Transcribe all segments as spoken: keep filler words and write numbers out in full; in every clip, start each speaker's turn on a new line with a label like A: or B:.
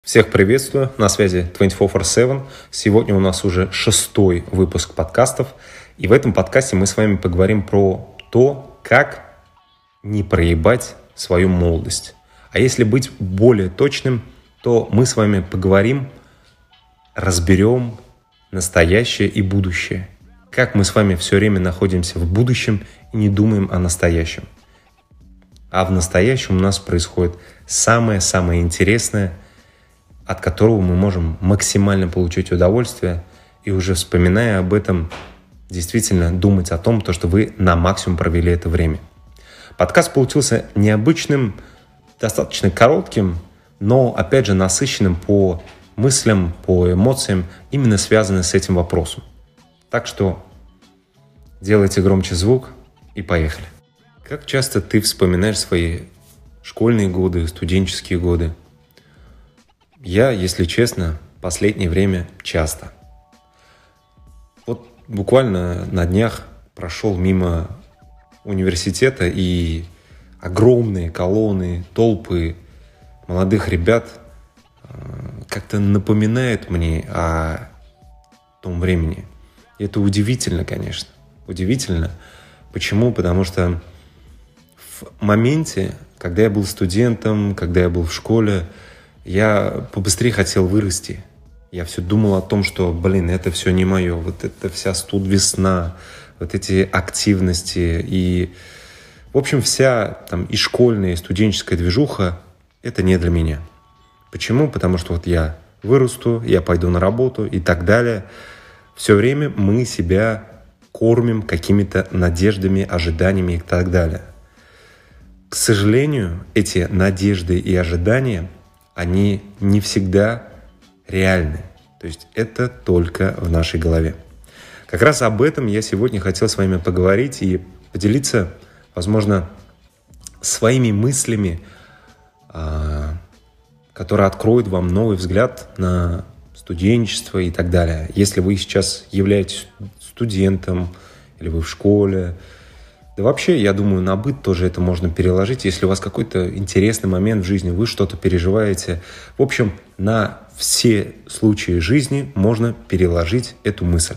A: Всех приветствую, на связи двадцать четыре на семь. Сегодня у нас уже шестой выпуск подкастов. И в этом подкасте мы с вами поговорим про то, как не проебать свою молодость. А если быть более точным, то мы с вами поговорим, разберем настоящее и будущее. Как мы с вами все время находимся в будущем и не думаем о настоящем. А в настоящем у нас происходит самое-самое интересное, от которого мы можем максимально получить удовольствие и уже вспоминая об этом, действительно думать о том, что вы на максимум провели это время. Подкаст получился необычным, достаточно коротким, но, опять же, насыщенным по мыслям, по эмоциям, именно связанным с этим вопросом. Так что делайте громче звук и поехали. Как часто ты вспоминаешь свои школьные годы, студенческие годы? Я, если честно, в последнее время часто. Вот буквально на днях прошел мимо университета, и огромные колонны, толпы молодых ребят как-то напоминают мне о том времени. И это удивительно, конечно. Удивительно. Почему? Потому что в моменте, когда я был студентом, когда я был в школе, я побыстрее хотел вырасти. Я все думал о том, что, блин, это все не мое. Вот это вся студ-весна, вот эти активности. И, в общем, вся там и школьная, и студенческая движуха – это не для меня. Почему? Потому что вот я вырасту, я пойду на работу и так далее. Все время мы себя кормим какими-то надеждами, ожиданиями и так далее. К сожалению, эти надежды и ожидания – они не всегда реальны. То есть это только в нашей голове. Как раз об этом я сегодня хотел с вами поговорить и поделиться, возможно, своими мыслями, которые откроют вам новый взгляд на студенчество и так далее. Если вы сейчас являетесь студентом или вы в школе, да вообще, я думаю, на быт тоже это можно переложить. Если у вас какой-то интересный момент в жизни, вы что-то переживаете. В общем, на все случаи жизни можно переложить эту мысль.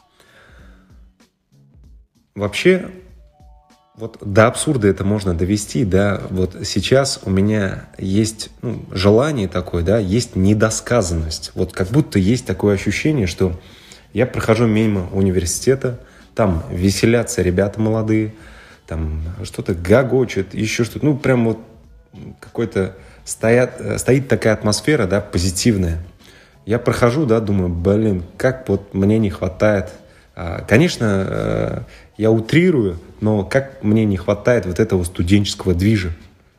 A: Вообще, вот до абсурда это можно довести, да. Вот сейчас у меня есть ну, желание такое, да, есть недосказанность. Вот как будто есть такое ощущение, что я прохожу мимо университета, там веселятся ребята молодые, там что-то гогочет, еще что-то. Ну, прям вот какой-то стоят, стоит такая атмосфера, да, позитивная. Я прохожу, да, думаю, блин, как вот мне не хватает. Конечно, я утрирую, но как мне не хватает вот этого студенческого движа.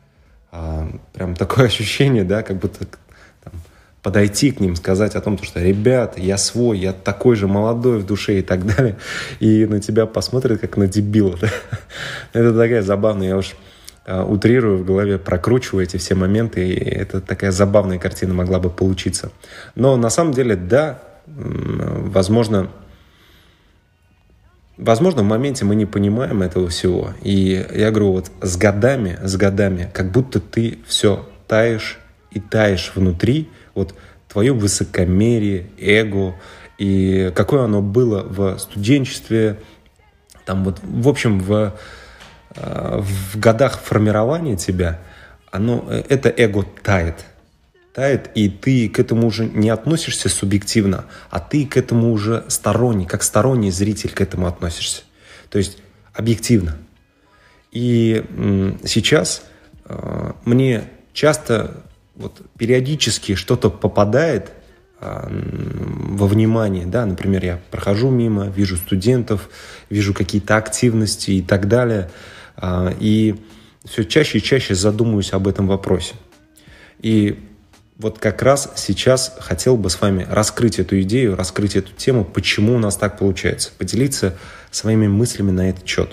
A: Прям такое ощущение, да, как будто подойти к ним, сказать о том, что, ребят, я свой, я такой же молодой в душе и так далее, и на тебя посмотрят, как на дебила. Да? Это такая забавная, я уж а, утрирую в голове, прокручиваю эти все моменты, и это такая забавная картина могла бы получиться. Но на самом деле, да, возможно, возможно, в моменте мы не понимаем этого всего, и я говорю, вот с годами, с годами, как будто ты все таешь и таешь внутри, вот твое высокомерие, эго, и какое оно было в студенчестве, там вот, в общем, в, в годах формирования тебя, оно, это эго тает. Тает, и ты к этому уже не относишься субъективно, а ты к этому уже сторонний, как сторонний зритель к этому относишься. То есть объективно. И м, сейчас э, мне часто вот периодически что-то попадает а, во внимание, да, например, я прохожу мимо, вижу студентов, вижу какие-то активности и так далее, а, и все чаще и чаще задумываюсь об этом вопросе. И вот как раз сейчас хотел бы с вами раскрыть эту идею, раскрыть эту тему, почему у нас так получается, поделиться своими мыслями на этот счет.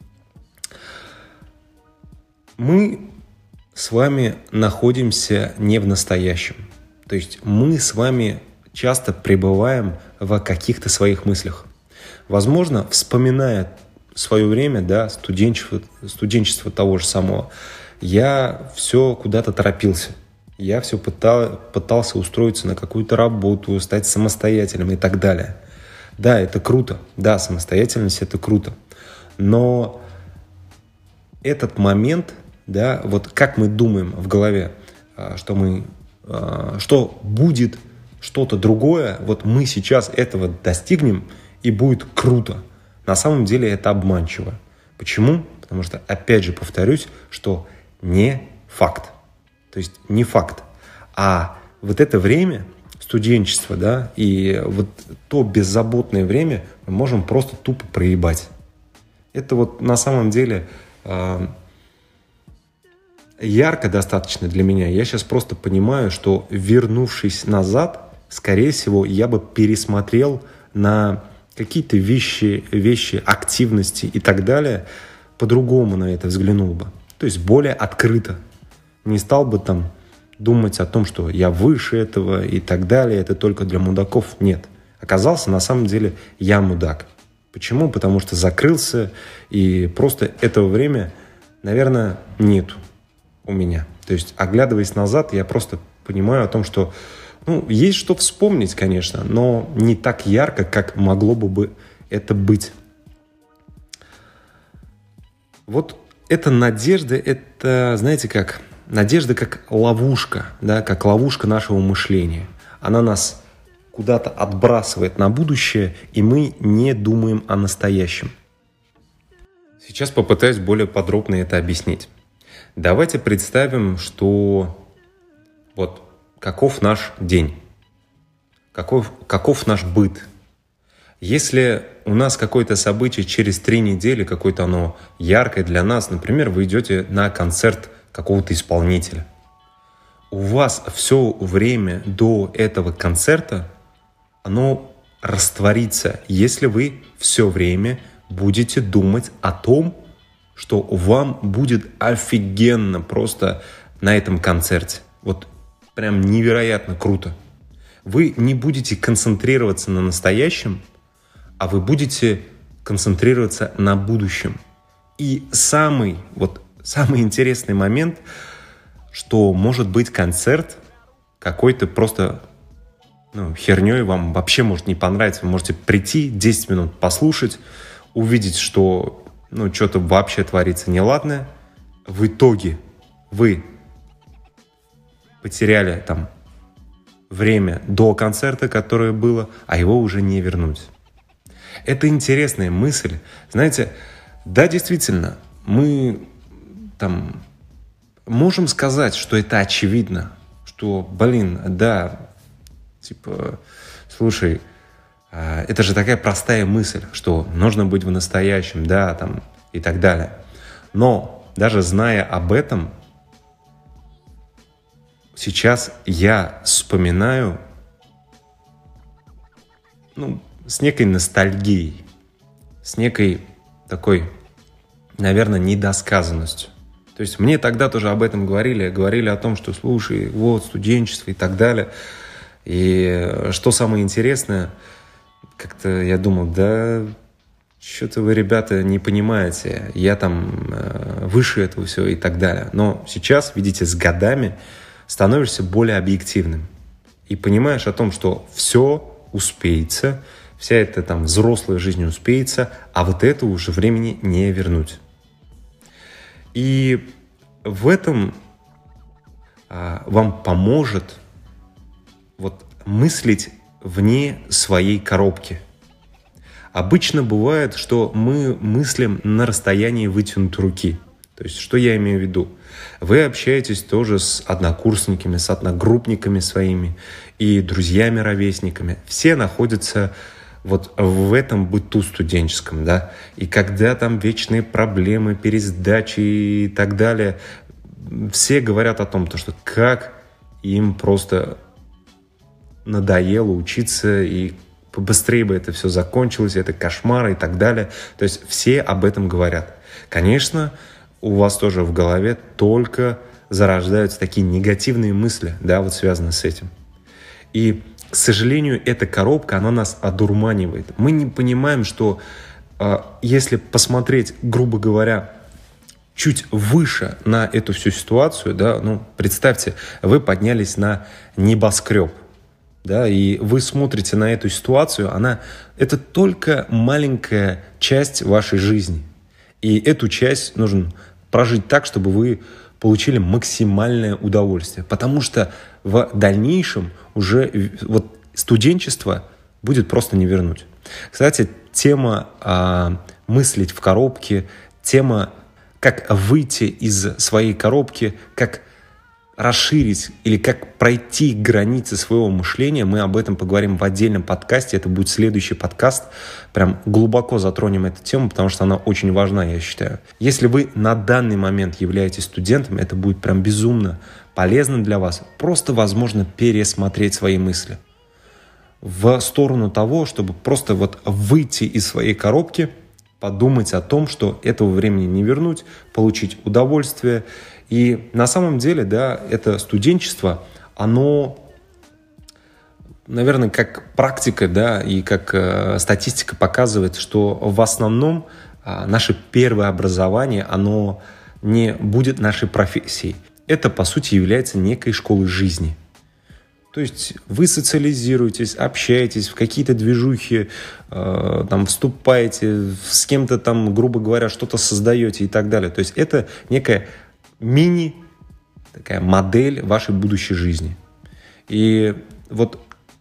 A: Мы с вами находимся не в настоящем. То есть мы с вами часто пребываем в каких-то своих мыслях. Возможно, вспоминая свое время, да, студенчество, студенчество того же самого, я все куда-то торопился. Я все пытал, пытался устроиться на какую-то работу, стать самостоятельным и так далее. Да, это круто. Да, самостоятельность – это круто. Но этот момент, да, вот как мы думаем в голове, что мы, что будет что-то другое, вот мы сейчас этого достигнем, и будет круто. На самом деле это обманчиво. Почему? Потому что, опять же, повторюсь, что не факт. То есть не факт. А вот это время, студенчество, да, и вот то беззаботное время мы можем просто тупо проебать. Это вот на самом деле э, ярко достаточно для меня. Я сейчас просто понимаю, что, вернувшись назад, скорее всего, я бы пересмотрел на какие-то вещи, вещи, активности и так далее, по-другому на это взглянул бы. То есть более открыто. Не стал бы там думать о том, что я выше этого и так далее, это только для мудаков. Нет. Оказался, на самом деле, я мудак. Почему? Потому что закрылся, и просто этого времени, наверное, нету у меня. То есть, оглядываясь назад, я просто понимаю о том, что ну, есть что вспомнить, конечно, но не так ярко, как могло бы это быть. Вот эта надежда, это, знаете как, надежда как ловушка, да, как ловушка нашего мышления. Она нас куда-то отбрасывает на будущее, и мы не думаем о настоящем. Сейчас попытаюсь более подробно это объяснить. Давайте представим, что вот каков наш день, каков, каков наш быт. Если у нас какое-то событие через три недели, какое-то оно яркое для нас, например, вы идете на концерт какого-то исполнителя, у вас все время до этого концерта оно растворится, если вы все время будете думать о том, что вам будет офигенно просто на этом концерте. Вот прям невероятно круто. Вы не будете концентрироваться на настоящем, а вы будете концентрироваться на будущем. И самый, вот, самый интересный момент, что может быть концерт какой-то просто ну, херней, вам вообще может не понравиться. Вы можете прийти, десять минут послушать, увидеть, что ну, что-то вообще творится неладное. В итоге вы потеряли там время до концерта, которое было, а его уже не вернуть. Это интересная мысль. Знаете, да, действительно, мы там можем сказать, что это очевидно, что, блин, да, типа, слушай, это же такая простая мысль, что нужно быть в настоящем, да, там, и так далее. Но даже зная об этом, сейчас я вспоминаю, ну, с некой ностальгией, с некой такой, наверное, недосказанностью. То есть мне тогда тоже об этом говорили, говорили о том, что, слушай, вот, студенчество и так далее. И что самое интересное, как-то я думал, да, что-то вы, ребята, не понимаете, я там э, выше этого всего и так далее. Но сейчас, видите, с годами становишься более объективным и понимаешь о том, что все успеется, вся эта там взрослая жизнь успеется, а вот это уже времени не вернуть. И в этом а, вам поможет вот мыслить вне своей коробки. Обычно бывает, что мы мыслим на расстоянии вытянутой руки. То есть, что я имею в виду? Вы общаетесь тоже с однокурсниками, с одногруппниками своими и друзьями-ровесниками. Все находятся вот в этом быту студенческом, да. И когда там вечные проблемы, пересдачи и так далее, все говорят о том, что как им просто надоело учиться, и побыстрее бы это все закончилось, это кошмар и так далее. То есть все об этом говорят. Конечно, у вас тоже в голове только зарождаются такие негативные мысли, да, вот связанные с этим. И, к сожалению, эта коробка, она нас одурманивает. Мы не понимаем, что э, если посмотреть, грубо говоря, чуть выше на эту всю ситуацию, да, ну, представьте, вы поднялись на небоскреб, да, и вы смотрите на эту ситуацию, она, это только маленькая часть вашей жизни. И эту часть нужно прожить так, чтобы вы получили максимальное удовольствие. Потому что в дальнейшем уже вот студенчество будет просто не вернуть. Кстати, тема а, мыслить в коробке, тема как выйти из своей коробки, как расширить или как пройти границы своего мышления, мы об этом поговорим в отдельном подкасте. Это будет следующий подкаст. Прям глубоко затронем эту тему, потому что она очень важна, я считаю. Если вы на данный момент являетесь студентом, это будет прям безумно полезно для вас. Просто, возможно, пересмотреть свои мысли в сторону того, чтобы просто вот выйти из своей коробки, подумать о том, что этого времени не вернуть, получить удовольствие. И на самом деле, да, это студенчество, оно, наверное, как практика, да, и как э, статистика показывает, что в основном э, наше первое образование, оно не будет нашей профессией. Это, по сути, является некой школой жизни. То есть вы социализируетесь, общаетесь, в какие-то движухи, э, там, вступаете, с кем-то там, грубо говоря, что-то создаете и так далее. То есть это некая мини, такая модель вашей будущей жизни. И вот,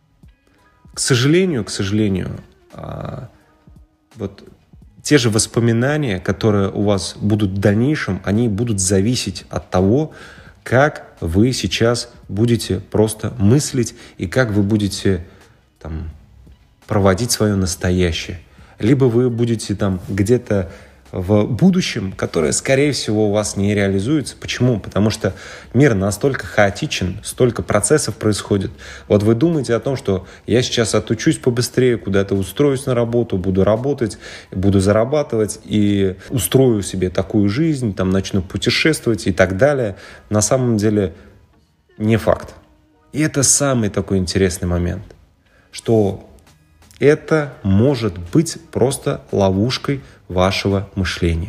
A: к сожалению, к сожалению, э, вот те же воспоминания, которые у вас будут в дальнейшем, они будут зависеть от того, как вы сейчас будете просто мыслить и как вы будете там проводить свое настоящее. Либо вы будете там где-то в будущем, которое, скорее всего, у вас не реализуется. Почему? Потому что мир настолько хаотичен, столько процессов происходит. Вот вы думаете о том, что я сейчас отучусь побыстрее, куда-то устроюсь на работу, буду работать, буду зарабатывать и устрою себе такую жизнь, там начну путешествовать и так далее. На самом деле не факт. И это самый такой интересный момент, что это может быть просто ловушкой вашего мышления.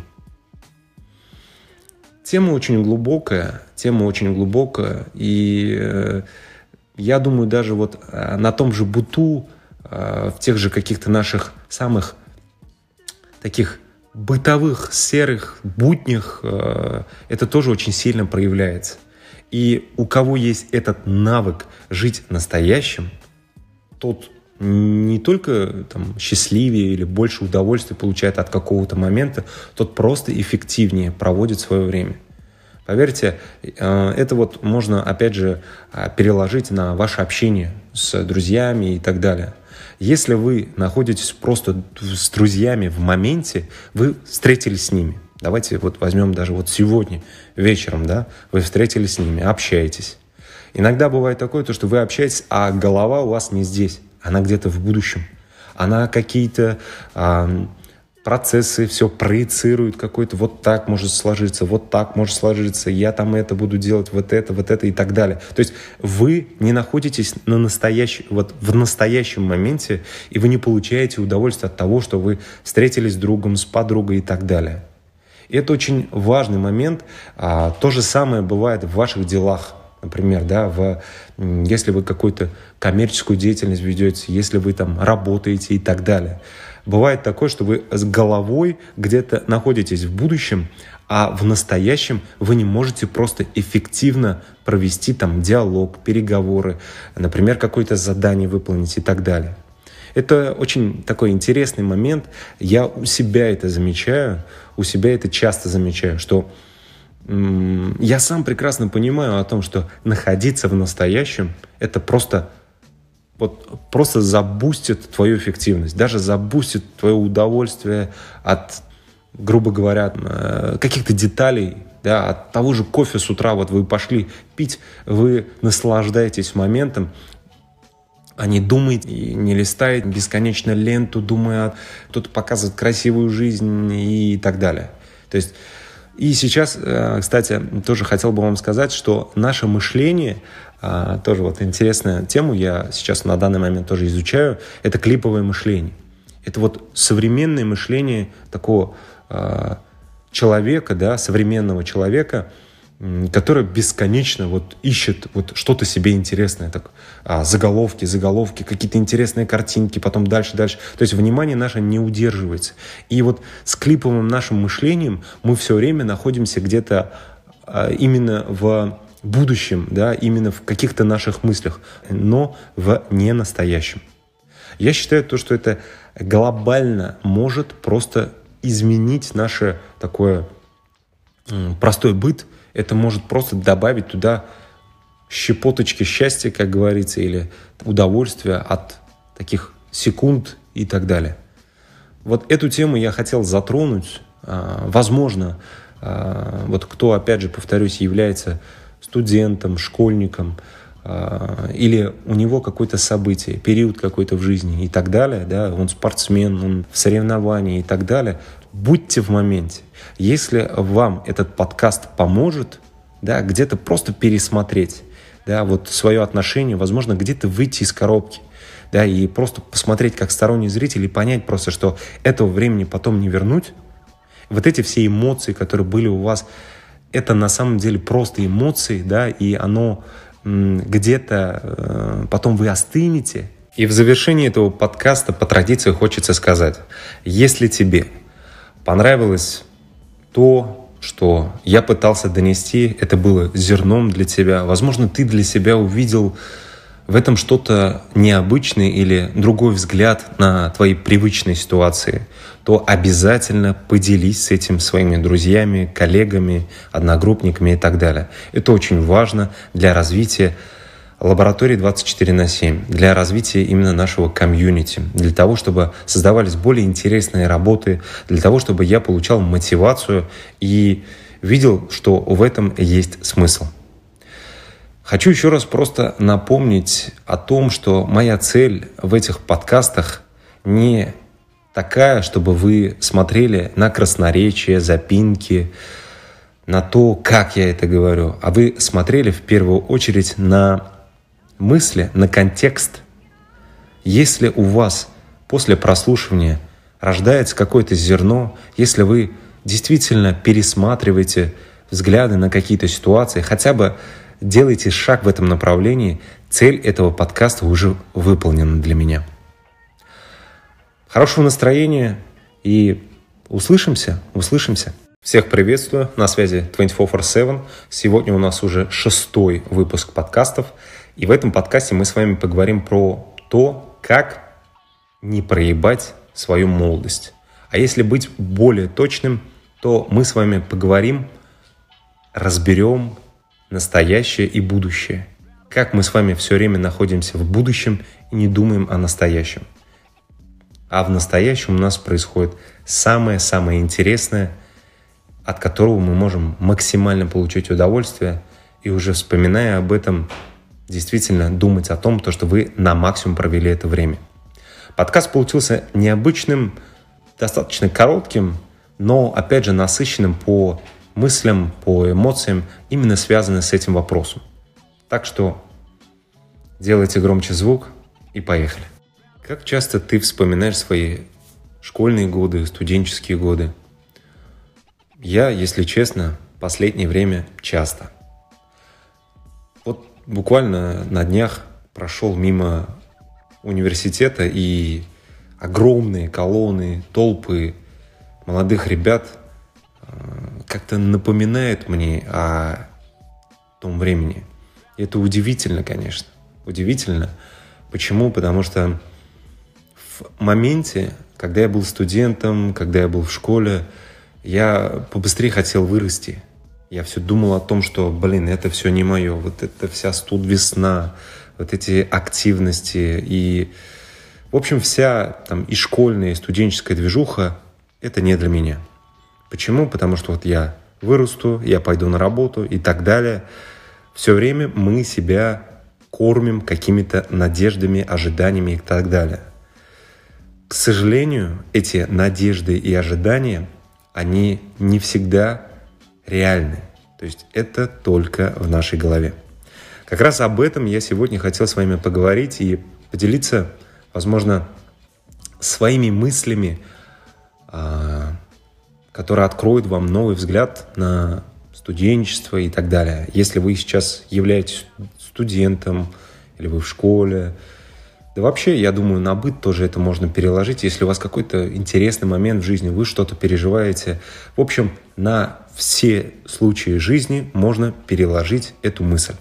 A: Тема очень глубокая, тема очень глубокая, и э, я думаю, даже вот э, на том же быту, э, в тех же каких-то наших самых таких бытовых, серых, буднях, э, это тоже очень сильно проявляется. И у кого есть этот навык жить настоящим, тот не только там, счастливее или больше удовольствия получает от какого-то момента, тот просто эффективнее проводит свое время. Поверьте, это вот можно, опять же, переложить на ваше общение с друзьями и так далее. Если вы находитесь просто с друзьями в моменте, вы встретились с ними. Давайте вот возьмем даже вот сегодня вечером, да, вы встретились с ними, общаетесь. Иногда бывает такое, то, что вы общаетесь, а голова у вас не здесь. Она где-то в будущем. Она какие-то а, процессы все проецирует, какой-то вот так может сложиться, вот так может сложиться, я там это буду делать, вот это, вот это и так далее. То есть вы не находитесь на настоящем, вот в настоящем моменте, и вы не получаете удовольствие от того, что вы встретились с другом, с подругой и так далее. И это очень важный момент. А, то же самое бывает в ваших делах. Например, да, в, если вы какую-то коммерческую деятельность ведете, если вы там работаете и так далее. Бывает такое, что вы с головой где-то находитесь в будущем, а в настоящем вы не можете просто эффективно провести там диалог, переговоры, например, какое-то задание выполнить и так далее. Это очень такой интересный момент. Я у себя это замечаю, у себя это часто замечаю, что я сам прекрасно понимаю о том, что находиться в настоящем – это просто, вот, просто забустит твою эффективность, даже забустит твое удовольствие от, грубо говоря, каких-то деталей, да, от того же кофе с утра. Вот вы пошли пить, вы наслаждаетесь моментом, а не думаете, не листаете бесконечно ленту, думая, кто-то показывает красивую жизнь и так далее. То есть и сейчас, кстати, тоже хотел бы вам сказать, что наше мышление, тоже вот интересная тема, я сейчас на данный момент тоже изучаю, это клиповое мышление. Это вот современное мышление такого человека, да, современного человека, который бесконечно вот ищет вот что-то себе интересное, так, а, заголовки, заголовки, какие-то интересные картинки, потом дальше, дальше. То есть внимание наше не удерживается. И вот с клиповым нашим мышлением мы все время находимся где-то а, именно в будущем, да, именно в каких-то наших мыслях, но в ненастоящем. Я считаю то, что это глобально может просто изменить наше такое м, простой быт. Это может просто добавить туда щепоточки счастья, как говорится, или удовольствия от таких секунд и так далее. Вот эту тему я хотел затронуть. Возможно, вот кто, опять же, повторюсь, является студентом, школьником, или у него какое-то событие, период какой-то в жизни и так далее, да, он спортсмен, он в соревновании и так далее, будьте в моменте. Если вам этот подкаст поможет, да, где-то просто пересмотреть, да, вот свое отношение, возможно, где-то выйти из коробки, да, и просто посмотреть как сторонний зритель и понять просто, что этого времени потом не вернуть. Вот эти все эмоции, которые были у вас, это на самом деле просто эмоции, да, и оно м, где-то э, потом вы остынете. И в завершении этого подкаста по традиции хочется сказать, если тебе понравилось то, что я пытался донести, это было зерном для тебя. Возможно, ты для себя увидел в этом что-то необычное или другой взгляд на твои привычные ситуации, то обязательно поделись с этим своими друзьями, коллегами, одногруппниками и так далее. Это очень важно для развития лаборатории двадцать четыре на семь, для развития именно нашего комьюнити, для того, чтобы создавались более интересные работы, для того, чтобы я получал мотивацию и видел, что в этом есть смысл. Хочу еще раз просто напомнить о том, что моя цель в этих подкастах не такая, чтобы вы смотрели на красноречие, запинки, на то, как я это говорю, а вы смотрели в первую очередь на мысли, на контекст. Если у вас после прослушивания рождается какое-то зерно, если вы действительно пересматриваете взгляды на какие-то ситуации, хотя бы делайте шаг в этом направлении, цель этого подкаста уже выполнена для меня. Хорошего настроения и услышимся, услышимся. Всех приветствую, на связи двадцать четыре семь. Сегодня у нас уже шестой выпуск подкастов. И в этом подкасте мы с вами поговорим про то, как не проебать свою молодость. А если быть более точным, то мы с вами поговорим, разберем настоящее и будущее. Как мы с вами все время находимся в будущем и не думаем о настоящем. А в настоящем у нас происходит самое-самое интересное, от которого мы можем максимально получить удовольствие и уже вспоминая об этом, действительно думать о том, что вы на максимум провели это время. Подкаст получился необычным, достаточно коротким, но, опять же, насыщенным по мыслям, по эмоциям, именно связанным с этим вопросом. Так что делайте громче звук и поехали. Как часто ты вспоминаешь свои школьные годы, студенческие годы? Я, если честно, в последнее время часто. Вот буквально на днях прошел мимо университета, и огромные колонны, толпы молодых ребят как-то напоминают мне о том времени. И это удивительно, конечно. Удивительно. Почему? Потому что в моменте, когда я был студентом, когда я был в школе, я побыстрее хотел вырасти. Я все думал о том, что, блин, это все не мое. Вот это вся студ-весна, вот эти активности. И, в общем, вся там и школьная, и студенческая движуха – это не для меня. Почему? Потому что вот я вырасту, я пойду на работу и так далее. Все время мы себя кормим какими-то надеждами, ожиданиями и так далее. К сожалению, эти надежды и ожидания, они не всегда реальны. То есть это только в нашей голове. Как раз об этом я сегодня хотел с вами поговорить и поделиться, возможно, своими мыслями, которая откроет вам новый взгляд на студенчество и так далее. Если вы сейчас являетесь студентом или вы в школе, да вообще, я думаю, на быт тоже это можно переложить, если у вас какой-то интересный момент в жизни, вы что-то переживаете. В общем, на все случаи жизни можно переложить эту мысль.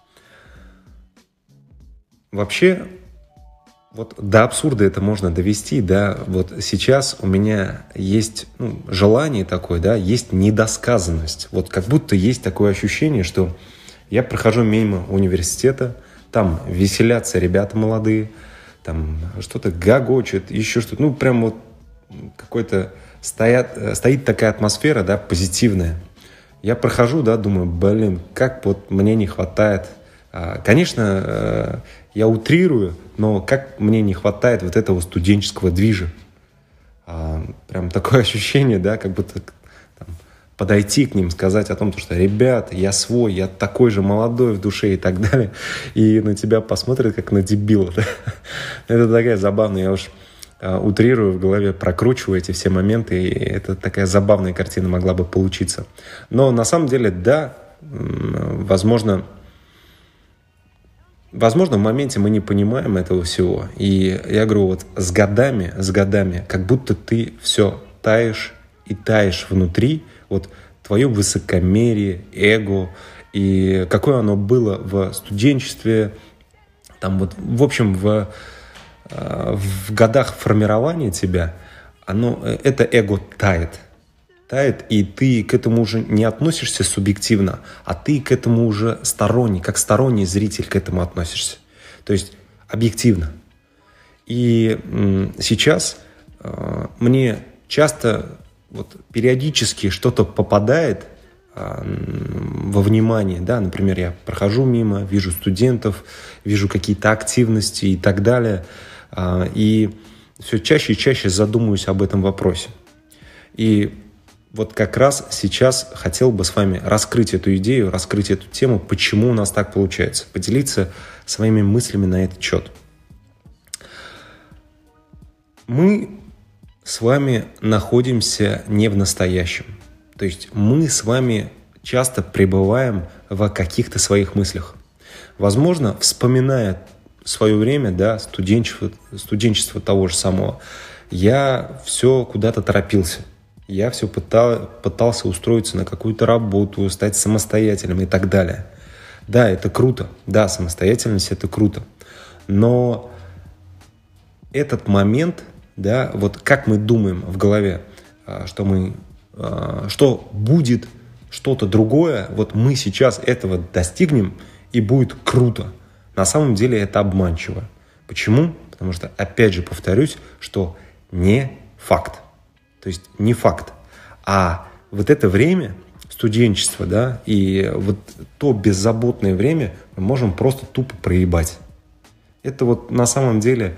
A: Вообще, вот до абсурда это можно довести, да, вот сейчас у меня есть ну, желание такое, да, есть недосказанность, вот как будто есть такое ощущение, что я прохожу мимо университета, там веселятся ребята молодые, там что-то гогочет, еще что-то. Ну, прям вот какой-то стоят, стоит такая атмосфера, да, позитивная. Я прохожу, да, думаю, блин, как вот мне не хватает. Конечно, я утрирую, но как мне не хватает вот этого студенческого движа. Прям такое ощущение, да, как будто подойти к ним, сказать о том, что, ребят, я свой, я такой же молодой в душе и так далее, и на тебя посмотрят, как на дебила. Да? Это такая забавная, я уж а, утрирую в голове, прокручиваю эти все моменты, и это такая забавная картина могла бы получиться. Но на самом деле, да, возможно, возможно, в моменте мы не понимаем этого всего, и я говорю, вот с годами, с годами, как будто ты все таешь и таешь внутри, вот твое высокомерие, эго, и какое оно было в студенчестве, там вот, в общем, в, в годах формирования тебя, оно, это эго тает. Тает, и ты к этому уже не относишься субъективно, а ты к этому уже сторонний, как сторонний зритель к этому относишься. То есть объективно. И м, сейчас э, мне часто... Вот периодически что-то попадает а, во внимание, да, например, я прохожу мимо, вижу студентов, вижу какие-то активности и так далее, а, и все чаще и чаще задумываюсь об этом вопросе. И вот как раз сейчас хотел бы с вами раскрыть эту идею, раскрыть эту тему, почему у нас так получается, поделиться своими мыслями на этот счет. Мы с вами находимся не в настоящем. То есть мы с вами часто пребываем в каких-то своих мыслях. Возможно, вспоминая свое время, да, студенчество, студенчество того же самого, я все куда-то торопился. Я все пытал, пытался устроиться на какую-то работу, стать самостоятельным и так далее. Да, это круто. Да, самостоятельность – это круто. Но этот момент... Да, вот как мы думаем в голове, что мы, что будет что-то другое, вот мы сейчас этого достигнем и будет круто. На самом деле это обманчиво. Почему? Потому что, опять же, повторюсь, что не факт. То есть не факт. А вот это время, студенчество, да, и вот то беззаботное время мы можем просто тупо проебать. Это вот на самом деле...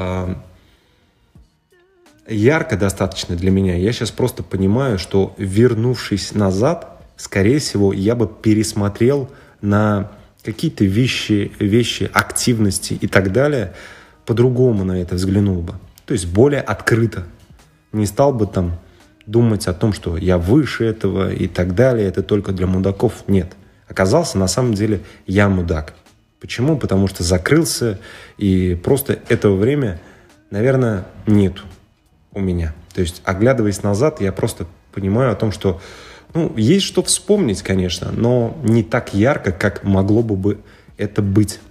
A: ярко достаточно для меня. Я сейчас просто понимаю, что, вернувшись назад, скорее всего, я бы пересмотрел на какие-то вещи, вещи, активности и так далее, по-другому на это взглянул бы. То есть более открыто. Не стал бы там думать о том, что я выше этого и так далее, это только для мудаков. Нет. Оказался, на самом деле, я мудак. Почему? Потому что закрылся, и просто этого времени, наверное, нету у меня. То есть, оглядываясь назад, я просто понимаю о том, что ну, есть что вспомнить, конечно, но не так ярко, как могло бы это быть.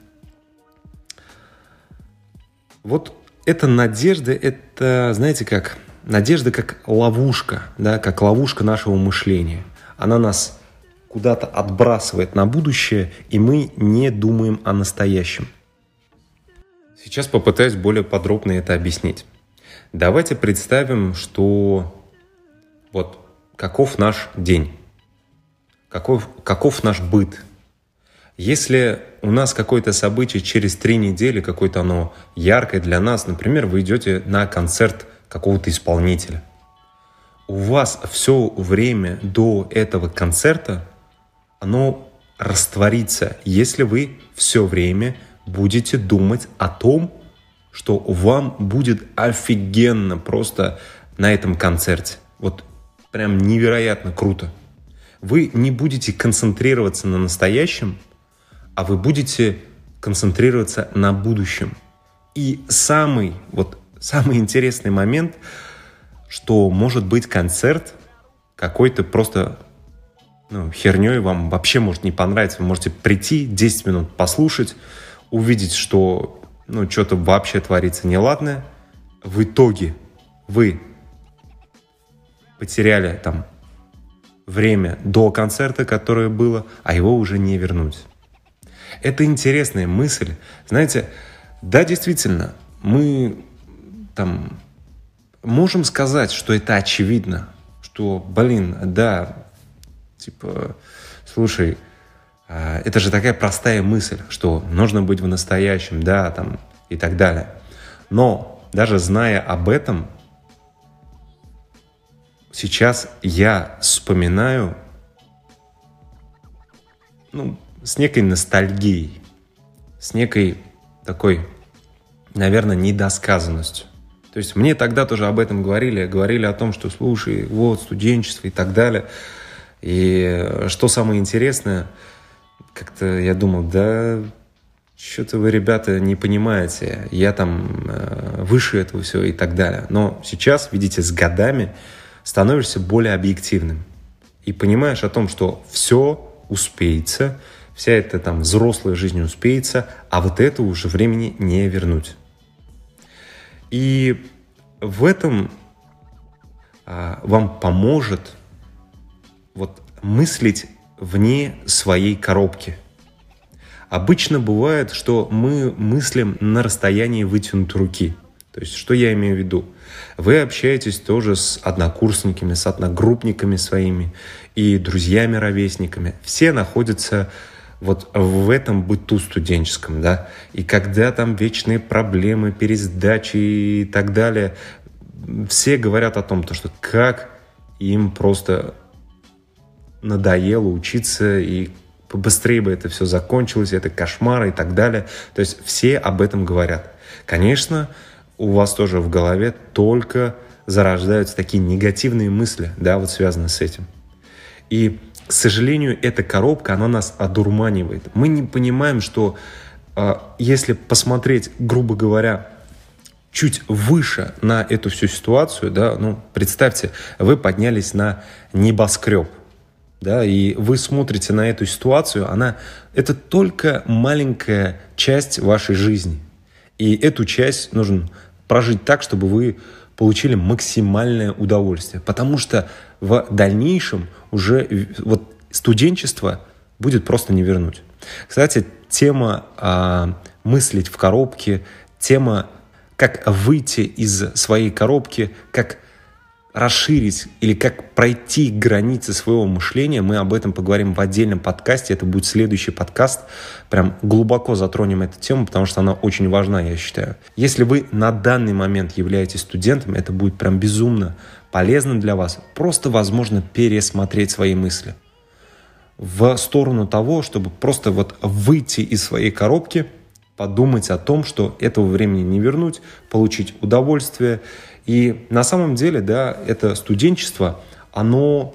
A: Вот эта надежда, это, знаете как, надежда как ловушка, да, как ловушка нашего мышления. Она нас куда-то отбрасывает на будущее, и мы не думаем о настоящем. Сейчас попытаюсь более подробно это объяснить. Давайте представим, что вот каков наш день, каков, каков наш быт. Если у нас какое-то событие через три недели, какое-то оно яркое для нас, например, вы идете на концерт какого-то исполнителя, у вас все время до этого концерта оно растворится, если вы все время будете думать о том, что вам будет офигенно просто на этом концерте. Вот прям невероятно круто. Вы не будете концентрироваться на настоящем, а вы будете концентрироваться на будущем. И самый, вот, самый интересный момент, что может быть концерт какой-то просто ну, херней, вам вообще может не понравиться. Вы можете прийти, десять минут послушать, увидеть, что ну, что-то вообще творится неладное. В итоге вы потеряли там время до концерта, которое было, а его уже не вернуть. Это интересная мысль. Знаете, да, действительно, мы там можем сказать, что это очевидно, что, блин, да, типа, слушай, это же такая простая мысль, что нужно быть в настоящем, да, там, и так далее. Но даже зная об этом, сейчас я вспоминаю, ну, с некой ностальгией, с некой такой, наверное, недосказанностью. То есть мне тогда тоже об этом говорили, говорили о том, что, слушай, вот, студенчество и так далее. И что самое интересное, как-то я думал, да, что-то вы, ребята, не понимаете, я там э, выше этого всего и так далее. Но сейчас, видите, с годами становишься более объективным и понимаешь о том, что все успеется, вся эта там взрослая жизнь успеется, а вот это уже времени не вернуть. И в этом а, вам поможет вот мыслить вне своей коробки. Обычно бывает, что мы мыслим на расстоянии вытянутой руки. То есть, что я имею в виду? Вы общаетесь тоже с однокурсниками, с одногруппниками своими и друзьями-ровесниками. Все находятся вот в этом быту студенческом, да. И когда там вечные проблемы, пересдачи и так далее, все говорят о том, что как им просто надоело учиться и побыстрее бы это все закончилось, это кошмар и так далее. То есть все об этом говорят. Конечно, у вас тоже в голове только зарождаются такие негативные мысли, да, вот связанные с этим. И, к сожалению, эта коробка, она нас одурманивает. Мы не понимаем, что э, если посмотреть, грубо говоря, чуть выше на эту всю ситуацию, да, ну, представьте, вы поднялись на небоскреб, да, и вы смотрите на эту ситуацию, она, это только маленькая часть вашей жизни. И эту часть нужно прожить так, чтобы вы получили максимальное удовольствие. Потому что в дальнейшем уже вот студенчество будет просто не вернуть. Кстати, тема а, мыслить в коробке, тема как выйти из своей коробки, как расширить или как пройти границы своего мышления, мы об этом поговорим в отдельном подкасте. Это будет следующий подкаст. Прям глубоко затронем эту тему, потому что она очень важна, я считаю. Если вы на данный момент являетесь студентом, это будет прям безумно полезно для вас. Просто, возможно, пересмотреть свои мысли в сторону того, чтобы просто вот выйти из своей коробки, подумать о том, что этого времени не вернуть, получить удовольствие. И на самом деле, да, это студенчество, оно,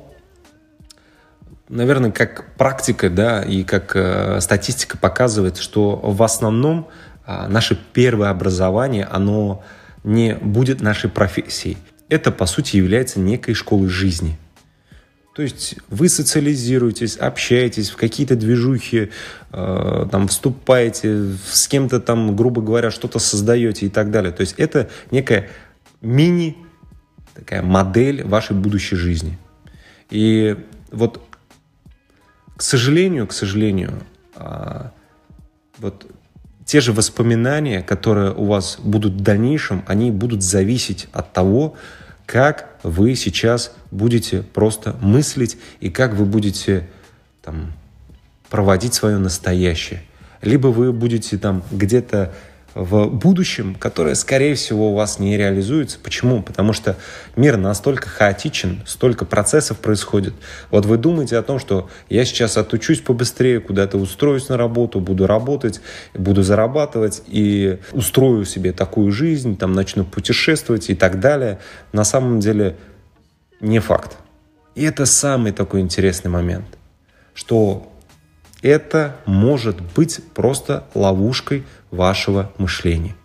A: наверное, как практика, да, и как э, статистика показывает, что в основном э, наше первое образование, оно не будет нашей профессией. Это, по сути, является некой школой жизни. То есть вы социализируетесь, общаетесь, в какие-то движухи, э, там, вступаете, с кем-то там, грубо говоря, что-то создаете и так далее. То есть это некая мини, такая модель вашей будущей жизни. И вот, к сожалению, к сожалению, э, вот те же воспоминания, которые у вас будут в дальнейшем, они будут зависеть от того, как вы сейчас будете просто мыслить и как вы будете там проводить свое настоящее. Либо вы будете там где-то в будущем, которое, скорее всего, у вас не реализуется. Почему? Потому что мир настолько хаотичен, столько процессов происходит. Вот вы думаете о том, что я сейчас отучусь побыстрее, куда-то устроюсь на работу, буду работать, буду зарабатывать и устрою себе такую жизнь, там начну путешествовать и так далее. На самом деле не факт. И это самый такой интересный момент, что это может быть просто ловушкой вашего мышления.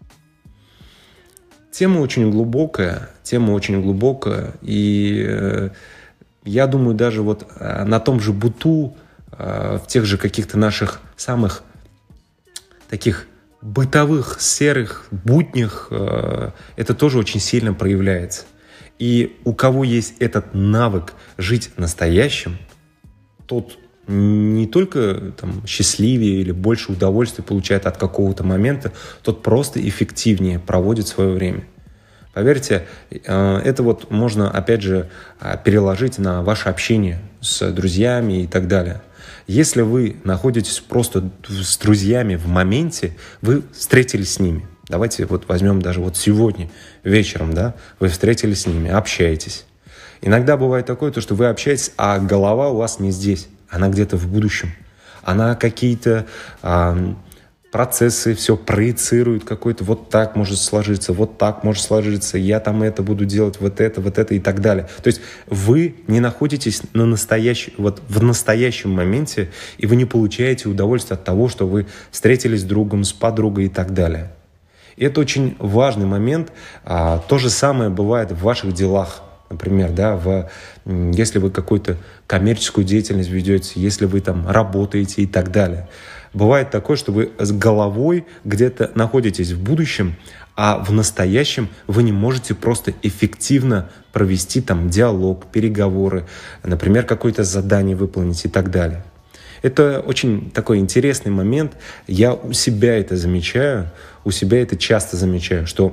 A: Тема очень глубокая, тема очень глубокая, и э, я думаю, даже вот э, на том же быту, э, в тех же каких-то наших самых таких бытовых, серых, буднях, э, это тоже очень сильно проявляется. И у кого есть этот навык жить настоящим, тот не только там, счастливее или больше удовольствия получает от какого-то момента, тот просто эффективнее проводит свое время. Поверьте, это вот можно, опять же, переложить на ваше общение с друзьями и так далее. Если вы находитесь просто с друзьями в моменте, вы встретились с ними. Давайте вот возьмем даже вот сегодня вечером, да, вы встретились с ними, общаетесь. Иногда бывает такое, то, что вы общаетесь, а голова у вас не здесь. Она где-то в будущем. Она какие-то а, процессы все проецирует, какой-то вот так может сложиться, вот так может сложиться, я там это буду делать, вот это, вот это и так далее. То есть вы не находитесь на настоящем, вот в настоящем моменте, и вы не получаете удовольствие от того, что вы встретились с другом, с подругой и так далее. И это очень важный момент. А, то же самое бывает в ваших делах. Например, да, в, если вы какую-то коммерческую деятельность ведете, если вы там работаете и так далее. Бывает такое, что вы с головой где-то находитесь в будущем, а в настоящем вы не можете просто эффективно провести там диалог, переговоры, например, какое-то задание выполнить и так далее. Это очень такой интересный момент. Я у себя это замечаю, у себя это часто замечаю, что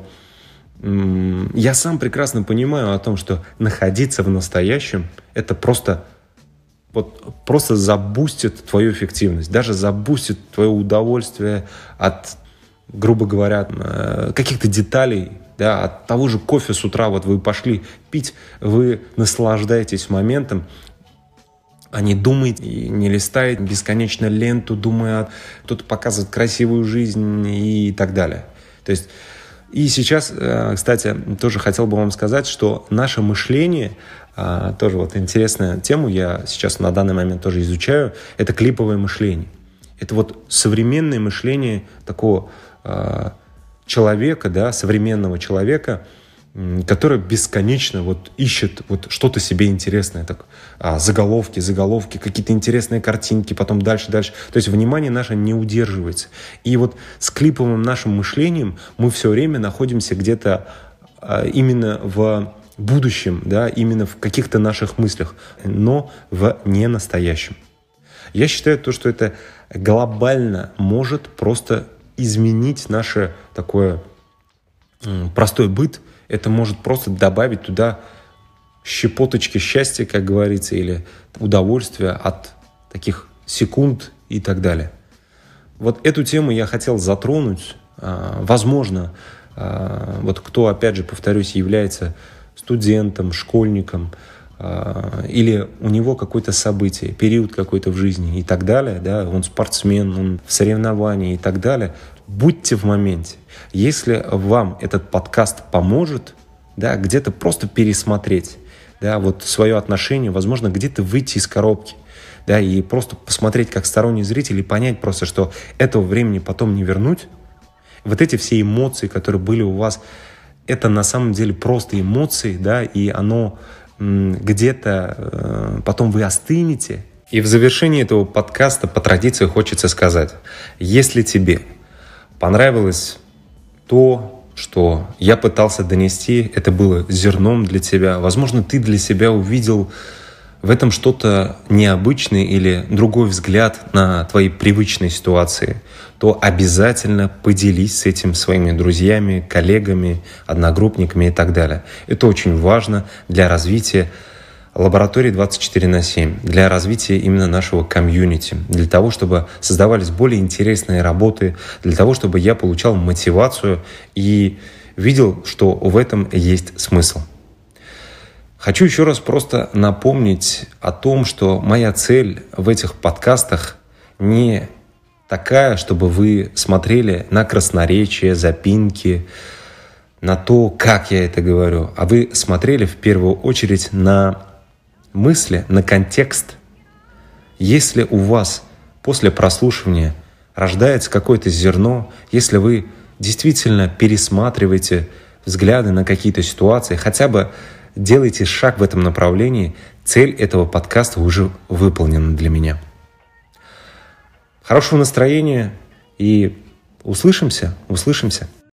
A: я сам прекрасно понимаю о том, что находиться в настоящем – это просто, вот, просто забустит твою эффективность, даже забустит твое удовольствие от, грубо говоря, каких-то деталей, да, от того же кофе с утра, вот вы пошли пить, вы наслаждаетесь моментом, а не думаете, не листаете бесконечно ленту, думая, кто-то показывает красивую жизнь и так далее. То есть и сейчас, кстати, тоже хотел бы вам сказать, что наше мышление, тоже вот интересная тема, я сейчас на данный момент тоже изучаю, это клиповое мышление. Это вот современное мышление такого человека, да, современного человека, который бесконечно вот ищет вот что-то себе интересное, так, а, заголовки, заголовки, какие-то интересные картинки, потом дальше, дальше. То есть внимание наше не удерживается. И вот с клиповым нашим мышлением мы все время находимся где-то а, именно в будущем, да, именно в каких-то наших мыслях, но в ненастоящем. Я считаю то, что это глобально может просто изменить наше такое м, простой быт. Это может просто добавить туда щепоточки счастья, как говорится, или удовольствия от таких секунд и так далее. Вот эту тему я хотел затронуть. Возможно, вот кто, опять же, повторюсь, является студентом, школьником, или у него какое-то событие, период какой-то в жизни и так далее, да, он спортсмен, он в соревновании и так далее, будьте в моменте. Если вам этот подкаст поможет, да, где-то просто пересмотреть, да, вот свое отношение, возможно, где-то выйти из коробки, да, и просто посмотреть как сторонний зритель и понять просто, что этого времени потом не вернуть. Вот эти все эмоции, которые были у вас, это на самом деле просто эмоции, да, и оно где-то э, потом вы остынете. И в завершении этого подкаста по традиции хочется сказать, если тебе понравилось то, что я пытался донести, это было зерном для тебя, возможно, ты для себя увидел в этом что-то необычное или другой взгляд на твои привычные ситуации, то обязательно поделись с этим своими друзьями, коллегами, одногруппниками и так далее. Это очень важно для развития лаборатории двадцать четыре на семь, для развития именно нашего комьюнити, для того, чтобы создавались более интересные работы, для того, чтобы я получал мотивацию и видел, что в этом есть смысл. Хочу еще раз просто напомнить о том, что моя цель в этих подкастах не такая, чтобы вы смотрели на красноречие, запинки, на то, как я это говорю, а вы смотрели в первую очередь на мысли, на контекст. Если у вас после прослушивания рождается какое-то зерно, если вы действительно пересматриваете взгляды на какие-то ситуации, хотя бы делайте шаг в этом направлении, цель этого подкаста уже выполнена для меня. Хорошего настроения и услышимся, услышимся.